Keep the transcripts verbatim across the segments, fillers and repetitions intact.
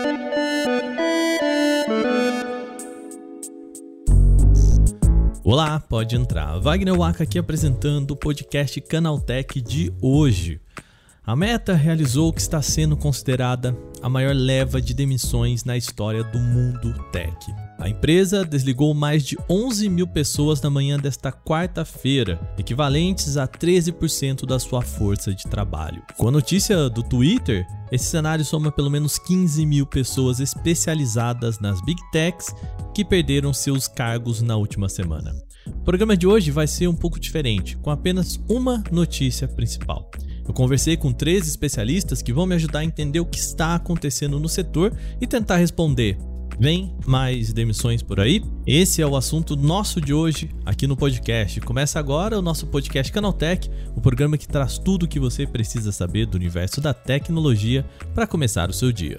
Olá, pode entrar. Wagner Waka aqui apresentando o podcast Canaltech de hoje. A Meta realizou o que está sendo considerada a maior leva de demissões na história do mundo tech. A empresa desligou mais de onze mil pessoas na manhã desta quarta-feira, equivalentes a treze por cento da sua força de trabalho. Com a notícia do Twitter, esse cenário soma pelo menos quinze mil pessoas especializadas nas Big Techs que perderam seus cargos na última semana. O programa de hoje vai ser um pouco diferente, com apenas uma notícia principal. Eu conversei com três especialistas que vão me ajudar a entender o que está acontecendo no setor e tentar responder: vem mais demissões por aí? Esse é o assunto nosso de hoje aqui no podcast. Começa agora o nosso podcast Canaltech, o programa que traz tudo o que você precisa saber do universo da tecnologia para começar o seu dia.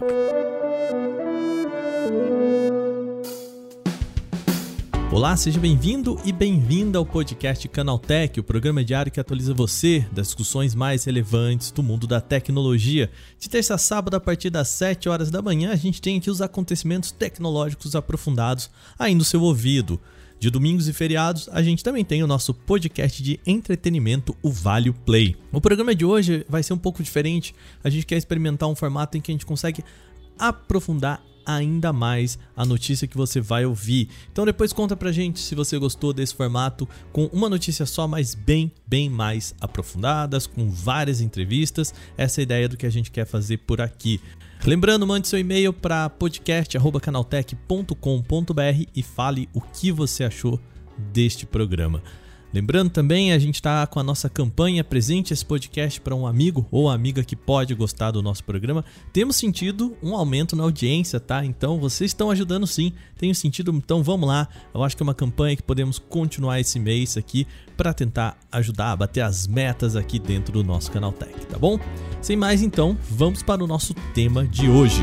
Olá, seja bem-vindo e bem-vinda ao podcast Canaltech, o programa diário que atualiza você das discussões mais relevantes do mundo da tecnologia. De terça a sábado, a partir das sete horas da manhã, a gente tem aqui os acontecimentos tecnológicos aprofundados aí no seu ouvido. De domingos e feriados, a gente também tem o nosso podcast de entretenimento, o Vale Play. O programa de hoje vai ser um pouco diferente. A gente quer experimentar um formato em que a gente consegue aprofundar ainda mais a notícia que você vai ouvir. Então depois conta pra gente se você gostou desse formato com uma notícia só, mas bem, bem mais aprofundadas, com várias entrevistas. Essa é a ideia do que a gente quer fazer por aqui. Lembrando, mande seu e-mail para podcast arroba canaltech ponto com ponto b r e fale o que você achou deste programa. Lembrando também, a gente está com a nossa campanha Presente esse podcast para um amigo ou amiga que pode gostar do nosso programa. Temos sentido um aumento na audiência, tá? Então, vocês estão ajudando sim, tem sentido, então vamos lá. Eu acho que é uma campanha que podemos continuar esse mês aqui para tentar ajudar a bater as metas aqui dentro do nosso Canaltech, tá bom? Sem mais então, vamos para o nosso tema de hoje.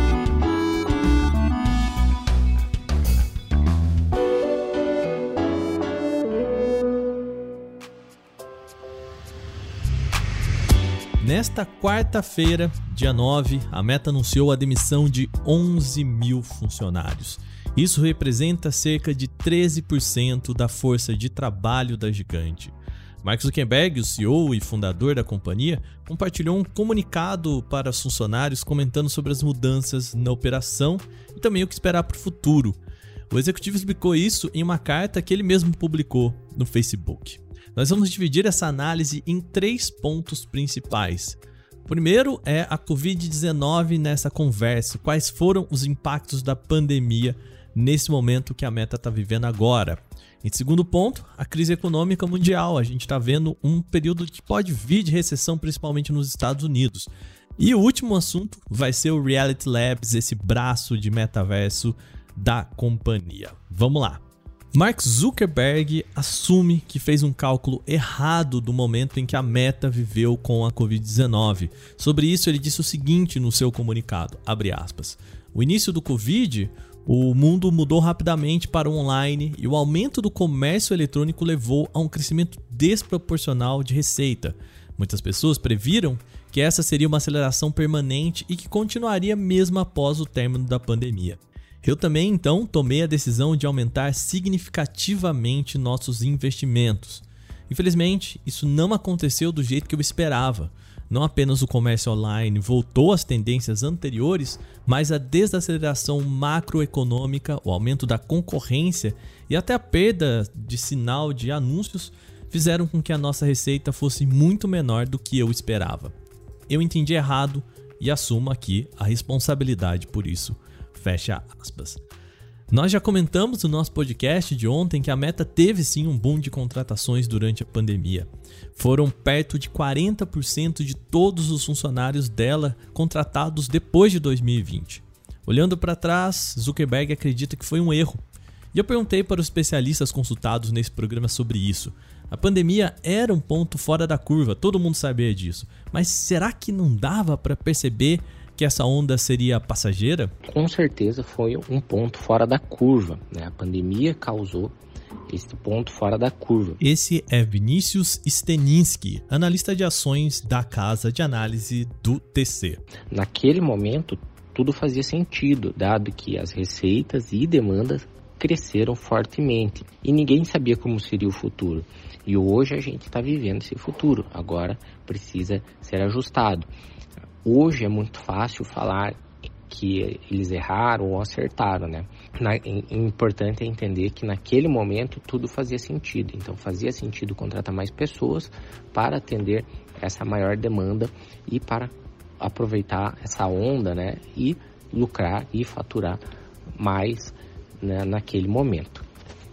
Nesta quarta-feira, dia nove, a Meta anunciou a demissão de onze mil funcionários. Isso representa cerca de treze por cento da força de trabalho da gigante. Mark Zuckerberg, o C E O e fundador da companhia, compartilhou um comunicado para os funcionários comentando sobre as mudanças na operação e também o que esperar para o futuro. O executivo explicou isso em uma carta que ele mesmo publicou no Facebook. Nós vamos dividir essa análise em três pontos principais. O primeiro é a covid dezenove nessa conversa. Quais foram os impactos da pandemia nesse momento que a Meta está vivendo agora? Em segundo ponto, a crise econômica mundial. A gente está vendo um período que pode vir de recessão, principalmente nos Estados Unidos. E o último assunto vai ser o Reality Labs, esse braço de metaverso da companhia. Vamos lá. Mark Zuckerberg assume que fez um cálculo errado do momento em que a Meta viveu com a covid dezenove. Sobre isso, ele disse o seguinte no seu comunicado, abre aspas, o início do Covid, o mundo mudou rapidamente para o online e o aumento do comércio eletrônico levou a um crescimento desproporcional de receita. Muitas pessoas previram que essa seria uma aceleração permanente e que continuaria mesmo após o término da pandemia. Eu também, então, tomei a decisão de aumentar significativamente nossos investimentos. Infelizmente, isso não aconteceu do jeito que eu esperava. Não apenas o comércio online voltou às tendências anteriores, mas a desaceleração macroeconômica, o aumento da concorrência e até a perda de sinal de anúncios fizeram com que a nossa receita fosse muito menor do que eu esperava. Eu entendi errado e assumo aqui a responsabilidade por isso. Fecha aspas. Nós já comentamos no nosso podcast de ontem que a Meta teve sim um boom de contratações durante a pandemia. Foram perto de quarenta por cento de todos os funcionários dela contratados depois de dois mil e vinte. Olhando para trás, Zuckerberg acredita que foi um erro. E eu perguntei para os especialistas consultados nesse programa sobre isso. A pandemia era um ponto fora da curva, todo mundo sabia disso. Mas será que não dava para perceber que essa onda seria passageira? Com certeza foi um ponto fora da curva, né? A pandemia causou esse ponto fora da curva. Esse é Vinícius Steninski, analista de ações da casa de análise do T C. Naquele momento, tudo fazia sentido, dado que as receitas e demandas cresceram fortemente e ninguém sabia como seria o futuro. E hoje a gente está vivendo esse futuro, agora precisa ser ajustado. Hoje é muito fácil falar que eles erraram ou acertaram, né? Na, é, é importante é entender que naquele momento tudo fazia sentido. Então fazia sentido contratar mais pessoas para atender essa maior demanda e para aproveitar essa onda, né? E lucrar e faturar mais, né, naquele momento.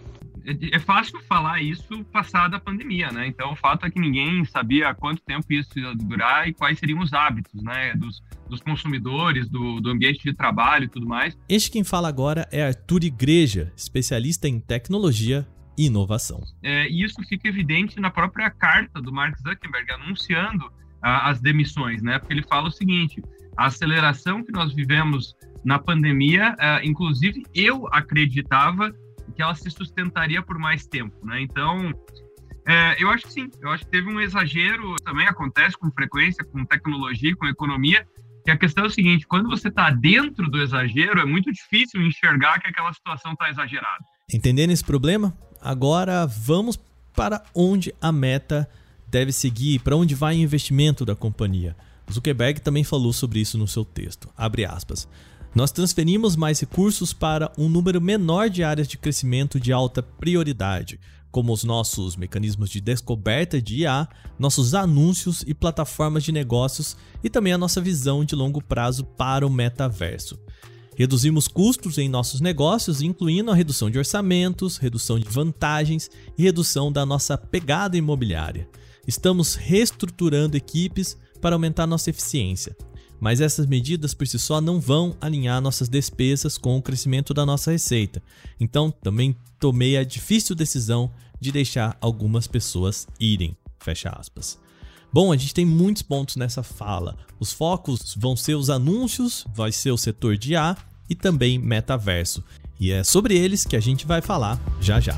É fácil falar isso passada a pandemia, né? Então, o fato é que ninguém sabia quanto tempo isso ia durar e quais seriam os hábitos, né? Dos, dos consumidores, do, do ambiente de trabalho e tudo mais. Este quem fala agora é Arthur Igreja, especialista em tecnologia e inovação. É, e isso fica evidente na própria carta do Mark Zuckerberg anunciando a, as demissões, né? Porque ele fala o seguinte: a aceleração que nós vivemos na pandemia, é, inclusive eu acreditava que ela se sustentaria por mais tempo, né? Então, é, eu acho que sim, eu acho que teve um exagero, também acontece com frequência, com tecnologia, com economia, que a questão é o seguinte: quando você está dentro do exagero, é muito difícil enxergar que aquela situação está exagerada. Entendendo esse problema? Agora vamos para onde a Meta deve seguir, para onde vai o investimento da companhia. Zuckerberg também falou sobre isso no seu texto, abre aspas. Nós transferimos mais recursos para um número menor de áreas de crescimento de alta prioridade, como os nossos mecanismos de descoberta de I A, nossos anúncios e plataformas de negócios e também a nossa visão de longo prazo para o metaverso. Reduzimos custos em nossos negócios, incluindo a redução de orçamentos, redução de vantagens e redução da nossa pegada imobiliária. Estamos reestruturando equipes para aumentar nossa eficiência. Mas essas medidas por si só não vão alinhar nossas despesas com o crescimento da nossa receita. Então, também tomei a difícil decisão de deixar algumas pessoas irem. Fecha aspas. Bom, a gente tem muitos pontos nessa fala. Os focos vão ser os anúncios, vai ser o setor de I A e também metaverso. E é sobre eles que a gente vai falar já já.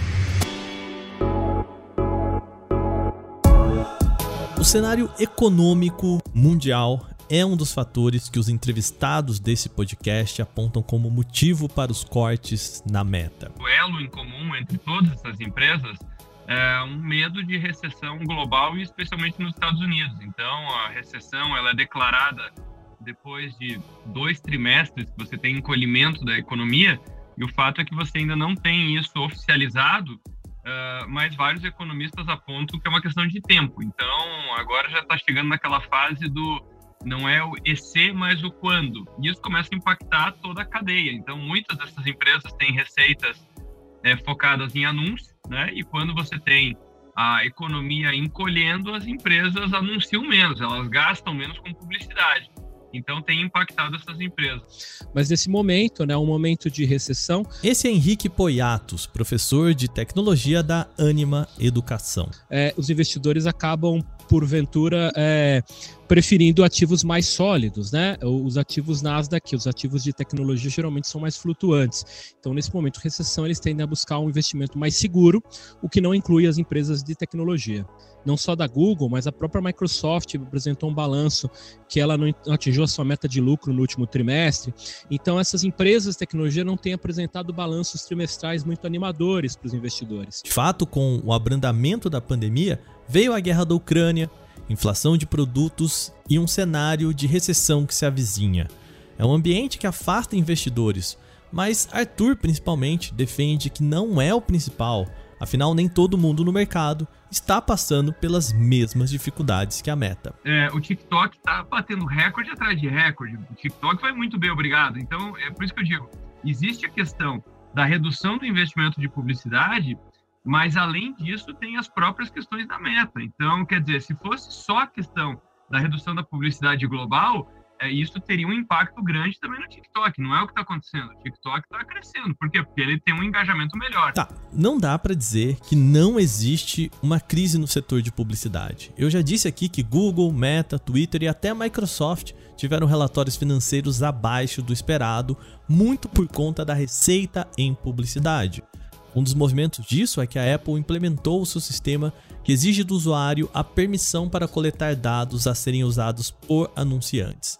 O cenário econômico mundial é um dos fatores que os entrevistados desse podcast apontam como motivo para os cortes na Meta. O elo em comum entre todas essas empresas é um medo de recessão global e especialmente nos Estados Unidos. Então, a recessão ela é declarada depois de dois trimestres que você tem encolhimento da economia, e o fato é que você ainda não tem isso oficializado, uh, mas vários economistas apontam que é uma questão de tempo. Então, agora já está chegando naquela fase do não é o e se, mas o quando. E isso começa a impactar toda a cadeia. Então, muitas dessas empresas têm receitas é, focadas em anúncio, né? E quando você tem a economia encolhendo, as empresas anunciam menos, elas gastam menos com publicidade. Então, tem impactado essas empresas. Mas nesse momento, né, um momento de recessão... Esse é Henrique Poiatos, professor de tecnologia da Anima Educação. É, os investidores acabam, porventura, é, preferindo ativos mais sólidos, né? Os ativos Nasdaq, os ativos de tecnologia geralmente são mais flutuantes. Então, nesse momento de recessão, eles tendem a buscar um investimento mais seguro, o que não inclui as empresas de tecnologia. Não só da Google, mas a própria Microsoft apresentou um balanço que ela não atingiu a sua meta de lucro no último trimestre. Então, essas empresas de tecnologia não têm apresentado balanços trimestrais muito animadores para os investidores. De fato, com o abrandamento da pandemia, veio a guerra da Ucrânia, inflação de produtos e um cenário de recessão que se avizinha. É um ambiente que afasta investidores, mas Arthur, principalmente, defende que não é o principal. Afinal, nem todo mundo no mercado está passando pelas mesmas dificuldades que a Meta. É, o TikTok está batendo recorde atrás de recorde. O TikTok vai muito bem, obrigado. Então, é por isso que eu digo, existe a questão da redução do investimento de publicidade, mas, além disso, tem as próprias questões da Meta. Então, quer dizer, se fosse só a questão da redução da publicidade global, é, isso teria um impacto grande também no TikTok. Não é o que está acontecendo. O TikTok está crescendo. Por quê? Porque ele tem um engajamento melhor. Tá, não dá para dizer que não existe uma crise no setor de publicidade. Eu já disse aqui que Google, Meta, Twitter e até Microsoft tiveram relatórios financeiros abaixo do esperado, muito por conta da receita em publicidade. Um dos movimentos disso é que a Apple implementou o seu sistema que exige do usuário a permissão para coletar dados a serem usados por anunciantes.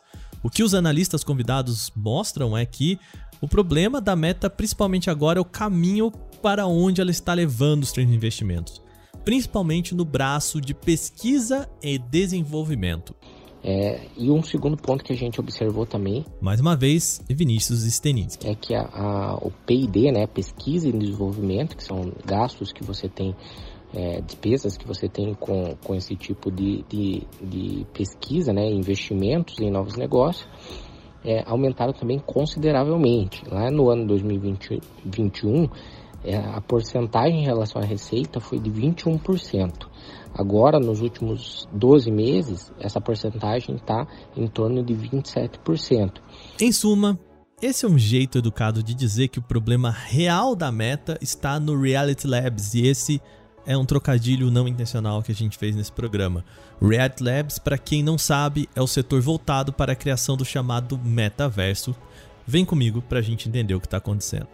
O que os analistas convidados mostram é que o problema da Meta, principalmente agora, é o caminho para onde ela está levando os seus investimentos, principalmente no braço de pesquisa e desenvolvimento. É, e um segundo ponto que a gente observou também, mais uma vez, Vinícius Steninsky, é que a, a, o P e D, né, pesquisa e desenvolvimento, que são gastos que você tem, é, despesas que você tem com, com esse tipo de, de, de pesquisa, né, investimentos em novos negócios, é, aumentaram também consideravelmente. Lá no ano dois mil e vinte e um, é, a porcentagem em relação à receita foi de vinte e um por cento. Agora, nos últimos doze meses, essa porcentagem está em torno de vinte e sete por cento. Em suma, esse é um jeito educado de dizer que o problema real da Meta está no Reality Labs, e esse é um trocadilho não intencional que a gente fez nesse programa. Reality Labs, para quem não sabe, é o setor voltado para a criação do chamado metaverso. Vem comigo para a gente entender o que está acontecendo.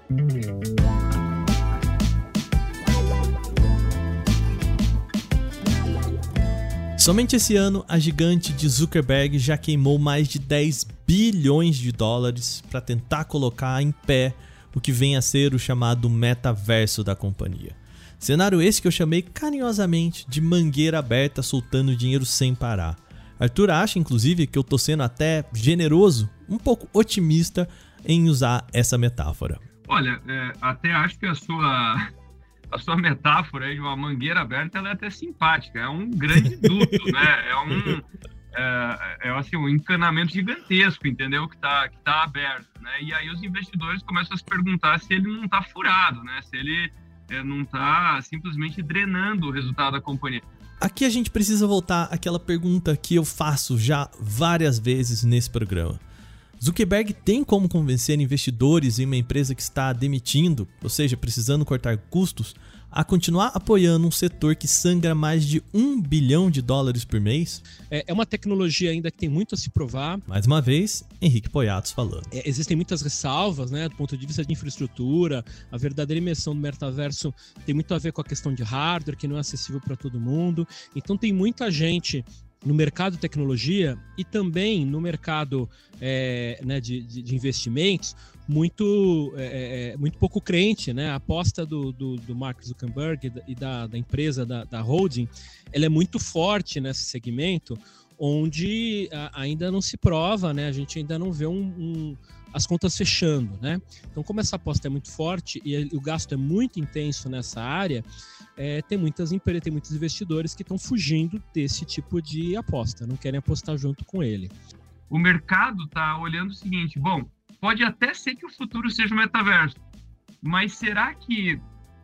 Somente esse ano, a gigante de Zuckerberg já queimou mais de dez bilhões de dólares para tentar colocar em pé o que vem a ser o chamado metaverso da companhia. Cenário esse que eu chamei carinhosamente de mangueira aberta soltando dinheiro sem parar. Arthur acha, inclusive, que eu tô sendo até generoso, um pouco otimista em usar essa metáfora. Olha, é, até acho que a sua... A sua metáfora aí de uma mangueira aberta, ela é até simpática. É um grande duto, né? É um, é, é, assim, um encanamento gigantesco, entendeu? Que está que tá aberto, né? E aí os investidores começam a se perguntar se ele não está furado, né? Se ele é, não está simplesmente drenando o resultado da companhia. Aqui a gente precisa voltar àquela pergunta que eu faço já várias vezes nesse programa. Zuckerberg tem como convencer investidores em uma empresa que está demitindo, ou seja, precisando cortar custos, a continuar apoiando um setor que sangra mais de um bilhão de dólares por mês? É, é uma tecnologia ainda que tem muito a se provar. Mais uma vez, Henrique Poiatos falando. É, existem muitas ressalvas, né, do ponto de vista de infraestrutura. A verdadeira imersão do metaverso tem muito a ver com a questão de hardware, que não é acessível para todo mundo. Então tem muita gente no mercado de tecnologia e também no mercado é, né, de, de, de investimentos muito, é, muito pouco crente, né? A aposta do, do, do Mark Zuckerberg e da, da empresa, da, da holding, ela é muito forte nesse segmento, onde a, ainda não se prova, né? A gente ainda não vê um, um, as contas fechando, né? Então, como essa aposta é muito forte e o gasto é muito intenso nessa área, É, tem muitas empresas, tem muitos investidores que estão fugindo desse tipo de aposta, não querem apostar junto com ele. O mercado está olhando o seguinte, bom, pode até ser que o futuro seja o metaverso, mas será que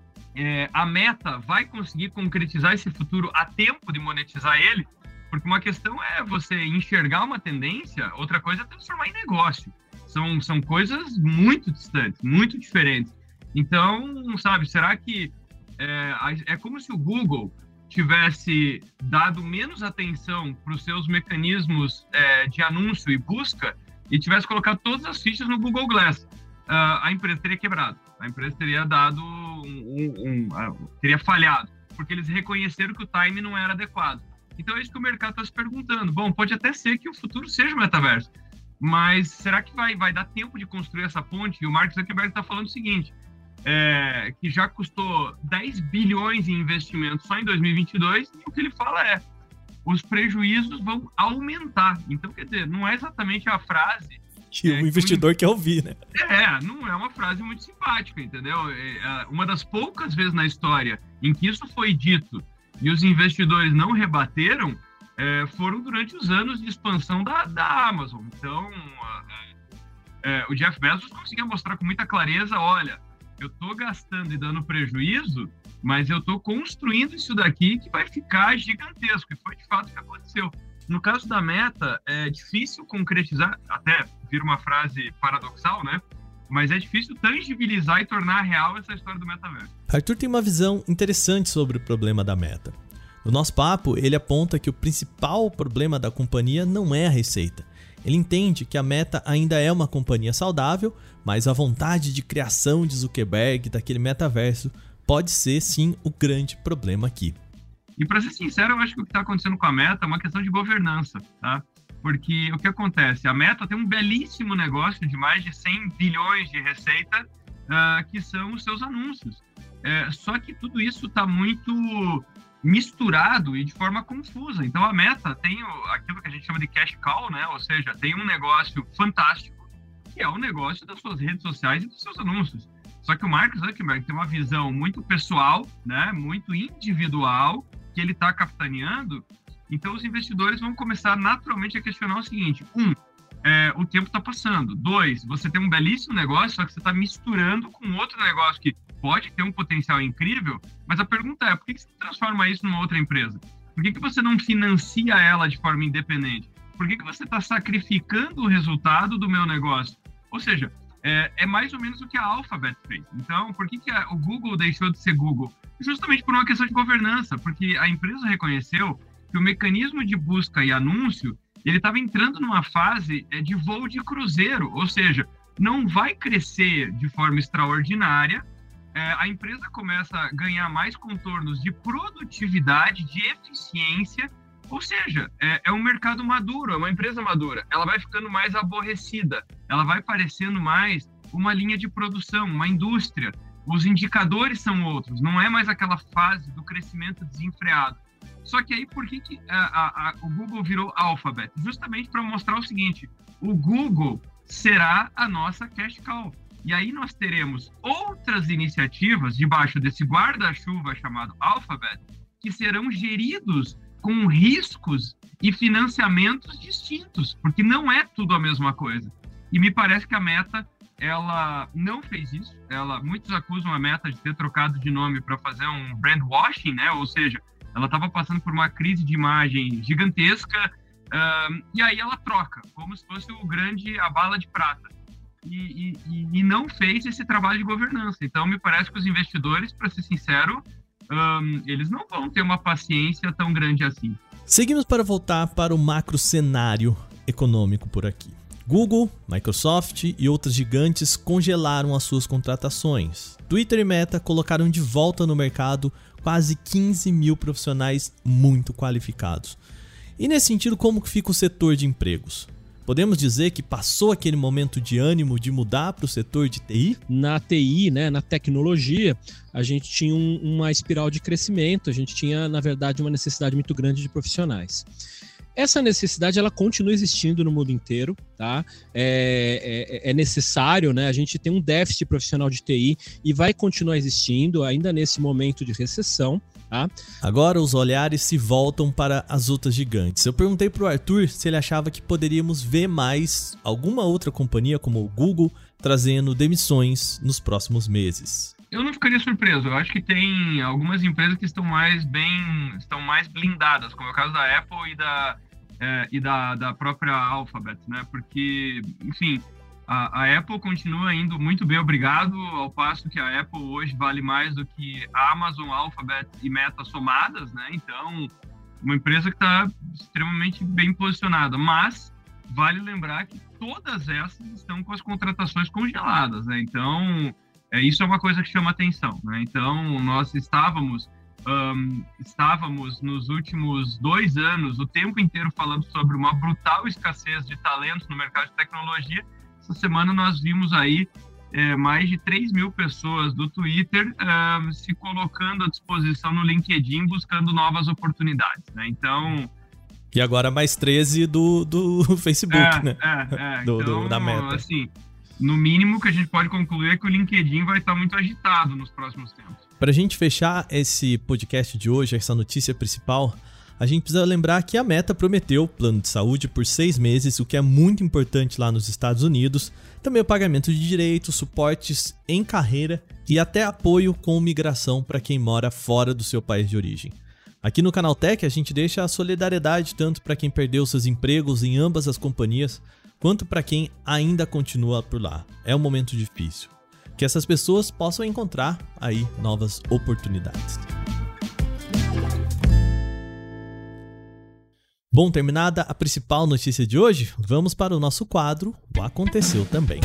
é, a Meta vai conseguir concretizar esse futuro a tempo de monetizar ele? Porque uma questão é você enxergar uma tendência, outra coisa é transformar em negócio. São, são coisas muito distantes, muito diferentes. Então, sabe, será que É, é como se o Google tivesse dado menos atenção para os seus mecanismos é, de anúncio e busca e tivesse colocado todas as fichas no Google Glass. Uh, a empresa teria quebrado, a empresa teria dado um, um, um, uh, teria falhado, porque eles reconheceram que o time não era adequado. Então é isso que o mercado está se perguntando. Bom, pode até ser que o futuro seja o metaverso, mas será que vai, vai dar tempo de construir essa ponte? E o Mark Zuckerberg está falando o seguinte, É, que já custou dez bilhões em investimentos só em dois mil e vinte e dois, e o que ele fala é, os prejuízos vão aumentar. Então, quer dizer, não é exatamente a frase... Que é, o investidor que... quer ouvir, né? É, não é uma frase muito simpática, entendeu? É uma das poucas vezes na história em que isso foi dito e os investidores não rebateram, é, foram durante os anos de expansão da, da Amazon. Então, é, é, o Jeff Bezos conseguia mostrar com muita clareza, olha, eu estou gastando e dando prejuízo, mas eu estou construindo isso daqui que vai ficar gigantesco. E foi de fato o que aconteceu. No caso da Meta, é difícil concretizar, até vira uma frase paradoxal, né? Mas é difícil tangibilizar e tornar real essa história do metaverso. Arthur tem uma visão interessante sobre o problema da Meta. No nosso papo, ele aponta que o principal problema da companhia não é a receita. Ele entende que a Meta ainda é uma companhia saudável, mas a vontade de criação de Zuckerberg daquele metaverso pode ser sim o grande problema aqui. E para ser sincero, eu acho que o que está acontecendo com a Meta é uma questão de governança, tá? Porque o que acontece? A Meta tem um belíssimo negócio de mais de cem bilhões de receita, uh, que são os seus anúncios. É, só que tudo isso está muito misturado e de forma confusa. Então, a Meta tem o, aquilo que a gente chama de cash cow, né? Ou seja, tem um negócio fantástico, que é o negócio das suas redes sociais e dos seus anúncios. Só que o Mark Zuckerberg tem uma visão muito pessoal, né? Muito individual, que ele está capitaneando. Então, os investidores vão começar naturalmente a questionar o seguinte: um, é, o tempo está passando. Dois, você tem um belíssimo negócio, só que você está misturando com outro negócio que pode ter um potencial incrível, mas a pergunta é, por que você transforma isso numa outra empresa? Por que que você não financia ela de forma independente? Por que que você está sacrificando o resultado do meu negócio? Ou seja, é, é mais ou menos o que a Alphabet fez. Então, por que que a, o Google deixou de ser Google? Justamente por uma questão de governança, porque a empresa reconheceu que o mecanismo de busca e anúncio, ele estava entrando numa fase de voo de cruzeiro, ou seja, não vai crescer de forma extraordinária. É, a empresa começa a ganhar mais contornos de produtividade, de eficiência, ou seja, é, é um mercado maduro, é uma empresa madura. Ela vai ficando mais aborrecida, ela vai parecendo mais uma linha de produção, uma indústria. Os indicadores são outros, não é mais aquela fase do crescimento desenfreado. Só que aí, por que, que a, a, a, o Google virou Alphabet? Justamente para mostrar o seguinte: o Google será a nossa cash cow. E aí nós teremos outras iniciativas debaixo desse guarda-chuva chamado Alphabet, que serão geridos com riscos e financiamentos distintos, porque não é tudo a mesma coisa. E me parece que a Meta, ela não fez isso. Ela, muitos acusam a Meta de ter trocado de nome para fazer um brand washing, né? Ou seja, ela estava passando por uma crise de imagem gigantesca, uh, e aí ela troca, como se fosse o grande, a bala de prata. E, e, e não fez esse trabalho de governança. Então, me parece que os investidores, para ser sincero, um, eles não vão ter uma paciência tão grande assim. Seguimos para voltar para o macro cenário econômico por aqui. Google, Microsoft e outros gigantes congelaram as suas contratações. Twitter e Meta colocaram de volta no mercado quase quinze mil profissionais muito qualificados. E nesse sentido, como que fica o setor de empregos? Podemos dizer que passou aquele momento de ânimo de mudar para o setor de T I? Na T I, né, na tecnologia, a gente tinha um, uma espiral de crescimento, a gente tinha, na verdade, uma necessidade muito grande de profissionais. Essa necessidade, ela continua existindo no mundo inteiro, tá? É, é, é necessário, né? A gente tem um déficit profissional de T I e vai continuar existindo ainda nesse momento de recessão, tá? Agora os olhares se voltam para as outras gigantes. Eu perguntei para o Arthur se ele achava que poderíamos ver mais alguma outra companhia como o Google trazendo demissões nos próximos meses. Eu não ficaria surpreso. Eu acho que tem algumas empresas que estão mais bem, estão mais blindadas, como é o caso da Apple e da É, e da, da própria Alphabet, né? Porque, enfim, a, a Apple continua indo muito bem, obrigado, ao passo que a Apple hoje vale mais do que a Amazon, Alphabet e Meta somadas, né? Então, uma empresa que está extremamente bem posicionada, mas vale lembrar que todas essas estão com as contratações congeladas, né? Então, é, isso é uma coisa que chama atenção, né? Então, nós estávamos... Um, estávamos nos últimos dois anos o tempo inteiro falando sobre uma brutal escassez de talentos no mercado de tecnologia. Essa semana nós vimos aí é, mais de três mil pessoas do Twitter um, se colocando à disposição no LinkedIn buscando novas oportunidades, né? Então... E agora mais treze do, do Facebook, é, né? É, é. do, então, do, da Meta. Assim, no mínimo que a gente pode concluir é que o LinkedIn vai estar muito agitado nos próximos tempos. Para a gente fechar esse podcast de hoje, essa notícia principal, a gente precisa lembrar que a Meta prometeu plano de saúde por seis meses, o que é muito importante lá nos Estados Unidos, também o pagamento de direitos, suportes em carreira e até apoio com migração para quem mora fora do seu país de origem. Aqui no Canaltech a gente deixa a solidariedade tanto para quem perdeu seus empregos em ambas as companhias, quanto para quem ainda continua por lá. É um momento difícil. Que essas pessoas possam encontrar aí novas oportunidades. Bom, terminada a principal notícia de hoje, vamos para o nosso quadro O Aconteceu Também.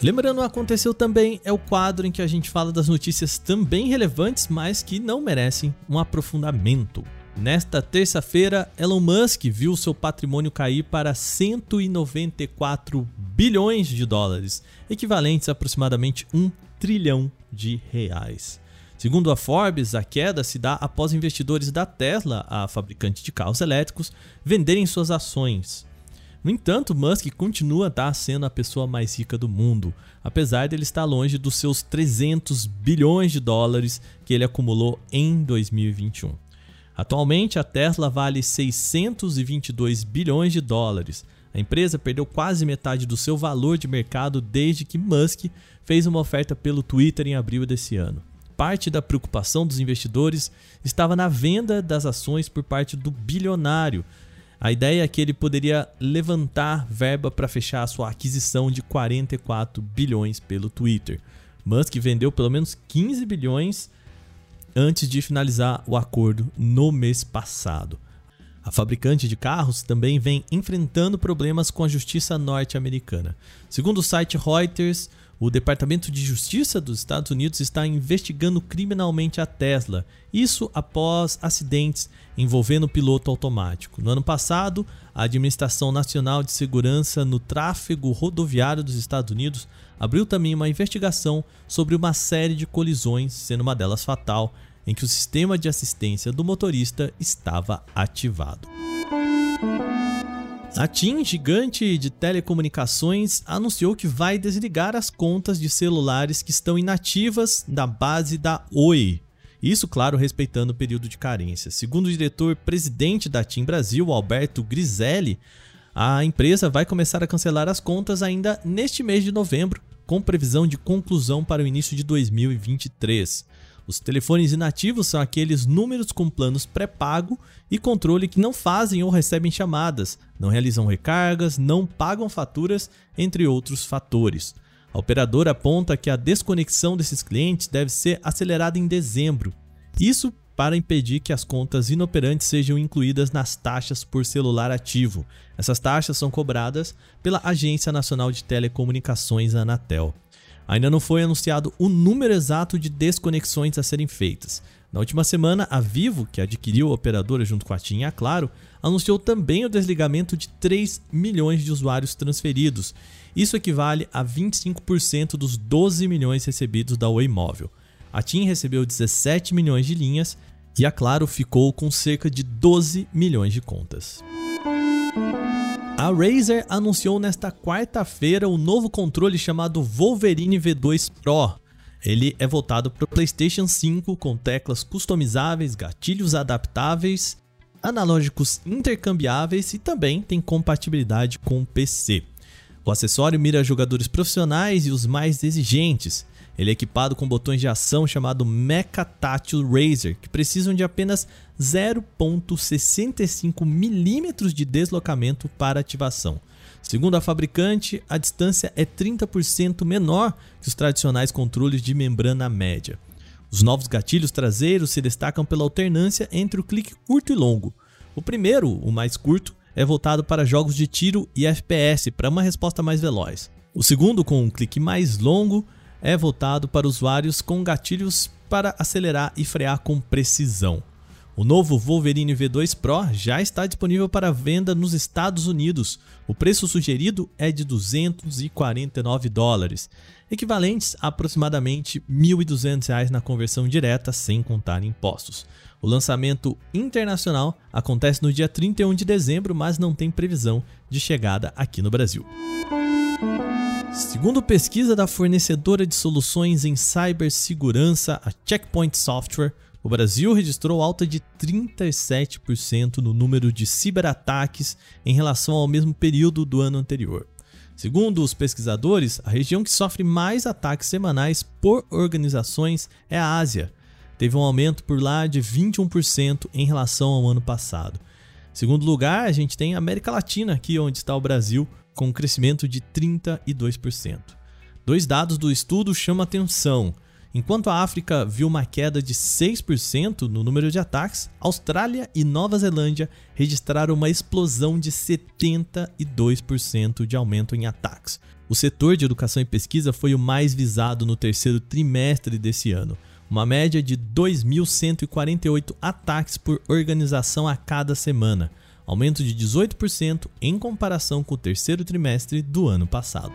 Lembrando, aconteceu também é o quadro em que a gente fala das notícias também relevantes, mas que não merecem um aprofundamento. Nesta terça-feira, Elon Musk viu seu patrimônio cair para cento e noventa e quatro bilhões de dólares, equivalentes a aproximadamente um trilhão de reais. Segundo a Forbes, a queda se dá após investidores da Tesla, a fabricante de carros elétricos, venderem suas ações. No entanto, Musk continua tá, sendo a pessoa mais rica do mundo, apesar de ele estar longe dos seus trezentos bilhões de dólares que ele acumulou em dois mil e vinte e um. Atualmente, a Tesla vale seiscentos e vinte e dois bilhões de dólares. A empresa perdeu quase metade do seu valor de mercado desde que Musk fez uma oferta pelo Twitter em abril desse ano. Parte da preocupação dos investidores estava na venda das ações por parte do bilionário. A ideia é que ele poderia levantar verba para fechar a sua aquisição de quarenta e quatro bilhões pelo Twitter. Musk vendeu pelo menos quinze bilhões antes de finalizar o acordo no mês passado. A fabricante de carros também vem enfrentando problemas com a justiça norte-americana. Segundo o site Reuters, o Departamento de Justiça dos Estados Unidos está investigando criminalmente a Tesla, isso após acidentes envolvendo o piloto automático. No ano passado, a Administração Nacional de Segurança no Tráfego Rodoviário dos Estados Unidos abriu também uma investigação sobre uma série de colisões, sendo uma delas fatal, em que o sistema de assistência do motorista estava ativado. A TIM, gigante de telecomunicações, anunciou que vai desligar as contas de celulares que estão inativas da base da Oi. Isso, claro, respeitando o período de carência. Segundo o diretor-presidente da TIM Brasil, Alberto Griselli, a empresa vai começar a cancelar as contas ainda neste mês de novembro, com previsão de conclusão para o início de dois mil e vinte e três. Os telefones inativos são aqueles números com planos pré-pago e controle que não fazem ou recebem chamadas, não realizam recargas, não pagam faturas, entre outros fatores. A operadora aponta que a desconexão desses clientes deve ser acelerada em dezembro. Isso para impedir que as contas inoperantes sejam incluídas nas taxas por celular ativo. Essas taxas são cobradas pela Agência Nacional de Telecomunicações, a Anatel. Ainda não foi anunciado o número exato de desconexões a serem feitas. Na última semana, a Vivo, que adquiriu a operadora junto com a TIM e a Claro, anunciou também o desligamento de três milhões de usuários transferidos. Isso equivale a vinte e cinco por cento dos doze milhões recebidos da Oi Móvel. A TIM recebeu dezessete milhões de linhas e a Claro ficou com cerca de doze milhões de contas. A Razer anunciou nesta quarta-feira o novo controle chamado Wolverine V dois Pro. Ele é voltado para o PlayStation cinco com teclas customizáveis, gatilhos adaptáveis, analógicos intercambiáveis e também tem compatibilidade com o P C. O acessório mira jogadores profissionais e os mais exigentes. Ele é equipado com botões de ação chamado Mecha Tátil Razer, que precisam de apenas zero vírgula sessenta e cinco milímetros de deslocamento para ativação. Segundo a fabricante, a distância é trinta por cento menor que os tradicionais controles de membrana média. Os novos gatilhos traseiros se destacam pela alternância entre o clique curto e longo. O primeiro, o mais curto, é voltado para jogos de tiro e F P S para uma resposta mais veloz. O segundo, com um clique mais longo, é voltado para usuários com gatilhos para acelerar e frear com precisão. O novo Wolverine V dois Pro já está disponível para venda nos Estados Unidos. O preço sugerido é de duzentos e quarenta e nove dólares, equivalentes a aproximadamente mil e duzentos reais na conversão direta, sem contar impostos. O lançamento internacional acontece no dia trinta e um de dezembro, mas não tem previsão de chegada aqui no Brasil. Segundo pesquisa da fornecedora de soluções em cibersegurança, a Checkpoint Software, o Brasil registrou alta de trinta e sete por cento no número de ciberataques em relação ao mesmo período do ano anterior. Segundo os pesquisadores, a região que sofre mais ataques semanais por organizações é a Ásia. Teve um aumento por lá de vinte e um por cento em relação ao ano passado. Em segundo lugar, a gente tem a América Latina, aqui onde está o Brasil, com um crescimento de trinta e dois por cento. Dois dados do estudo chamam atenção. Enquanto a África viu uma queda de seis por cento no número de ataques, Austrália e Nova Zelândia registraram uma explosão de setenta e dois por cento de aumento em ataques. O setor de educação e pesquisa foi o mais visado no terceiro trimestre desse ano, uma média de dois mil cento e quarenta e oito ataques por organização a cada semana, aumento de dezoito por cento em comparação com o terceiro trimestre do ano passado.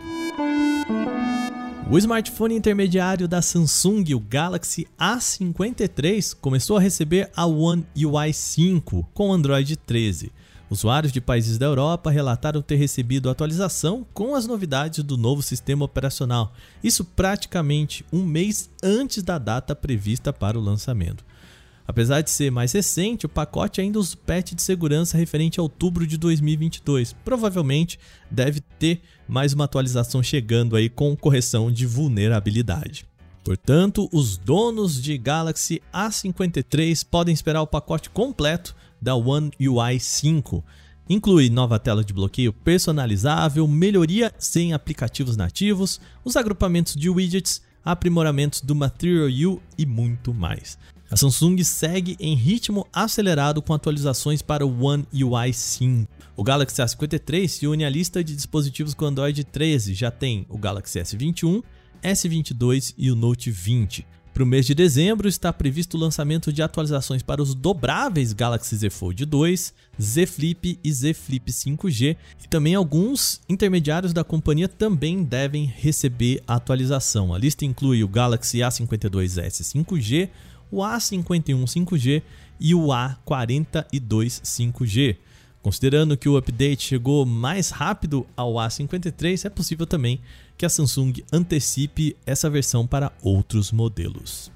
O smartphone intermediário da Samsung, o Galaxy A cinquenta e três, começou a receber a One U I cinco com Android treze. Usuários de países da Europa relataram ter recebido atualização com as novidades do novo sistema operacional, isso praticamente um mês antes da data prevista para o lançamento. Apesar de ser mais recente, o pacote ainda usa o patch de segurança referente a outubro de dois mil e vinte e dois. Provavelmente deve ter mais uma atualização chegando aí com correção de vulnerabilidade. Portanto, os donos de Galaxy A cinquenta e três podem esperar o pacote completo da One U I cinco. Inclui nova tela de bloqueio personalizável, melhoria em aplicativos nativos, os agrupamentos de widgets, aprimoramentos do Material U e muito mais. A Samsung segue em ritmo acelerado com atualizações para o One U I cinco. O Galaxy A cinquenta e três se une à lista de dispositivos com Android treze, já tem o Galaxy S vinte e um, S vinte e dois e o Note vinte. Para o mês de dezembro está previsto o lançamento de atualizações para os dobráveis Galaxy Z Fold dois, Z Flip e Z Flip cinco G, e também alguns intermediários da companhia também devem receber a atualização. A lista inclui o Galaxy A cinquenta e dois S cinco G, o A cinquenta e um cinco G e o A quarenta e dois cinco G. Considerando que o update chegou mais rápido ao A cinquenta e três, é possível também que a Samsung antecipe essa versão para outros modelos.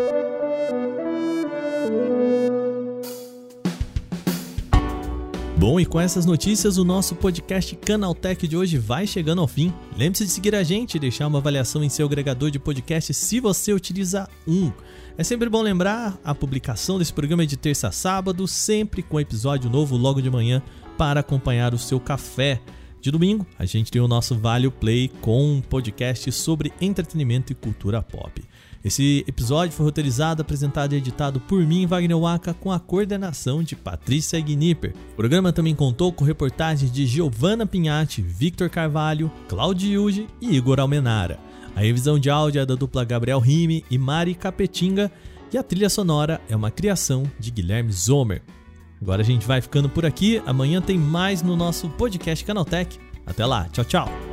Bom, e com essas notícias, o nosso podcast Canaltech de hoje vai chegando ao fim. Lembre-se de seguir a gente e deixar uma avaliação em seu agregador de podcast se você utiliza um. É sempre bom lembrar, a publicação desse programa é de terça a sábado, sempre com episódio novo logo de manhã para acompanhar o seu café. De domingo, a gente tem o nosso Vale Play com um podcast sobre entretenimento e cultura pop. Esse episódio foi roteirizado, apresentado e editado por mim, Wagner Waka, com a coordenação de Patrícia Gnipper. O programa também contou com reportagens de Giovanna Pinhatti, Victor Carvalho, Claudio Yuji e Igor Almenara. A revisão de áudio é da dupla Gabriel Rime e Mari Capetinga e a trilha sonora é uma criação de Guilherme Zomer. Agora a gente vai ficando por aqui, amanhã tem mais no nosso podcast Canaltech. Até lá, tchau, tchau!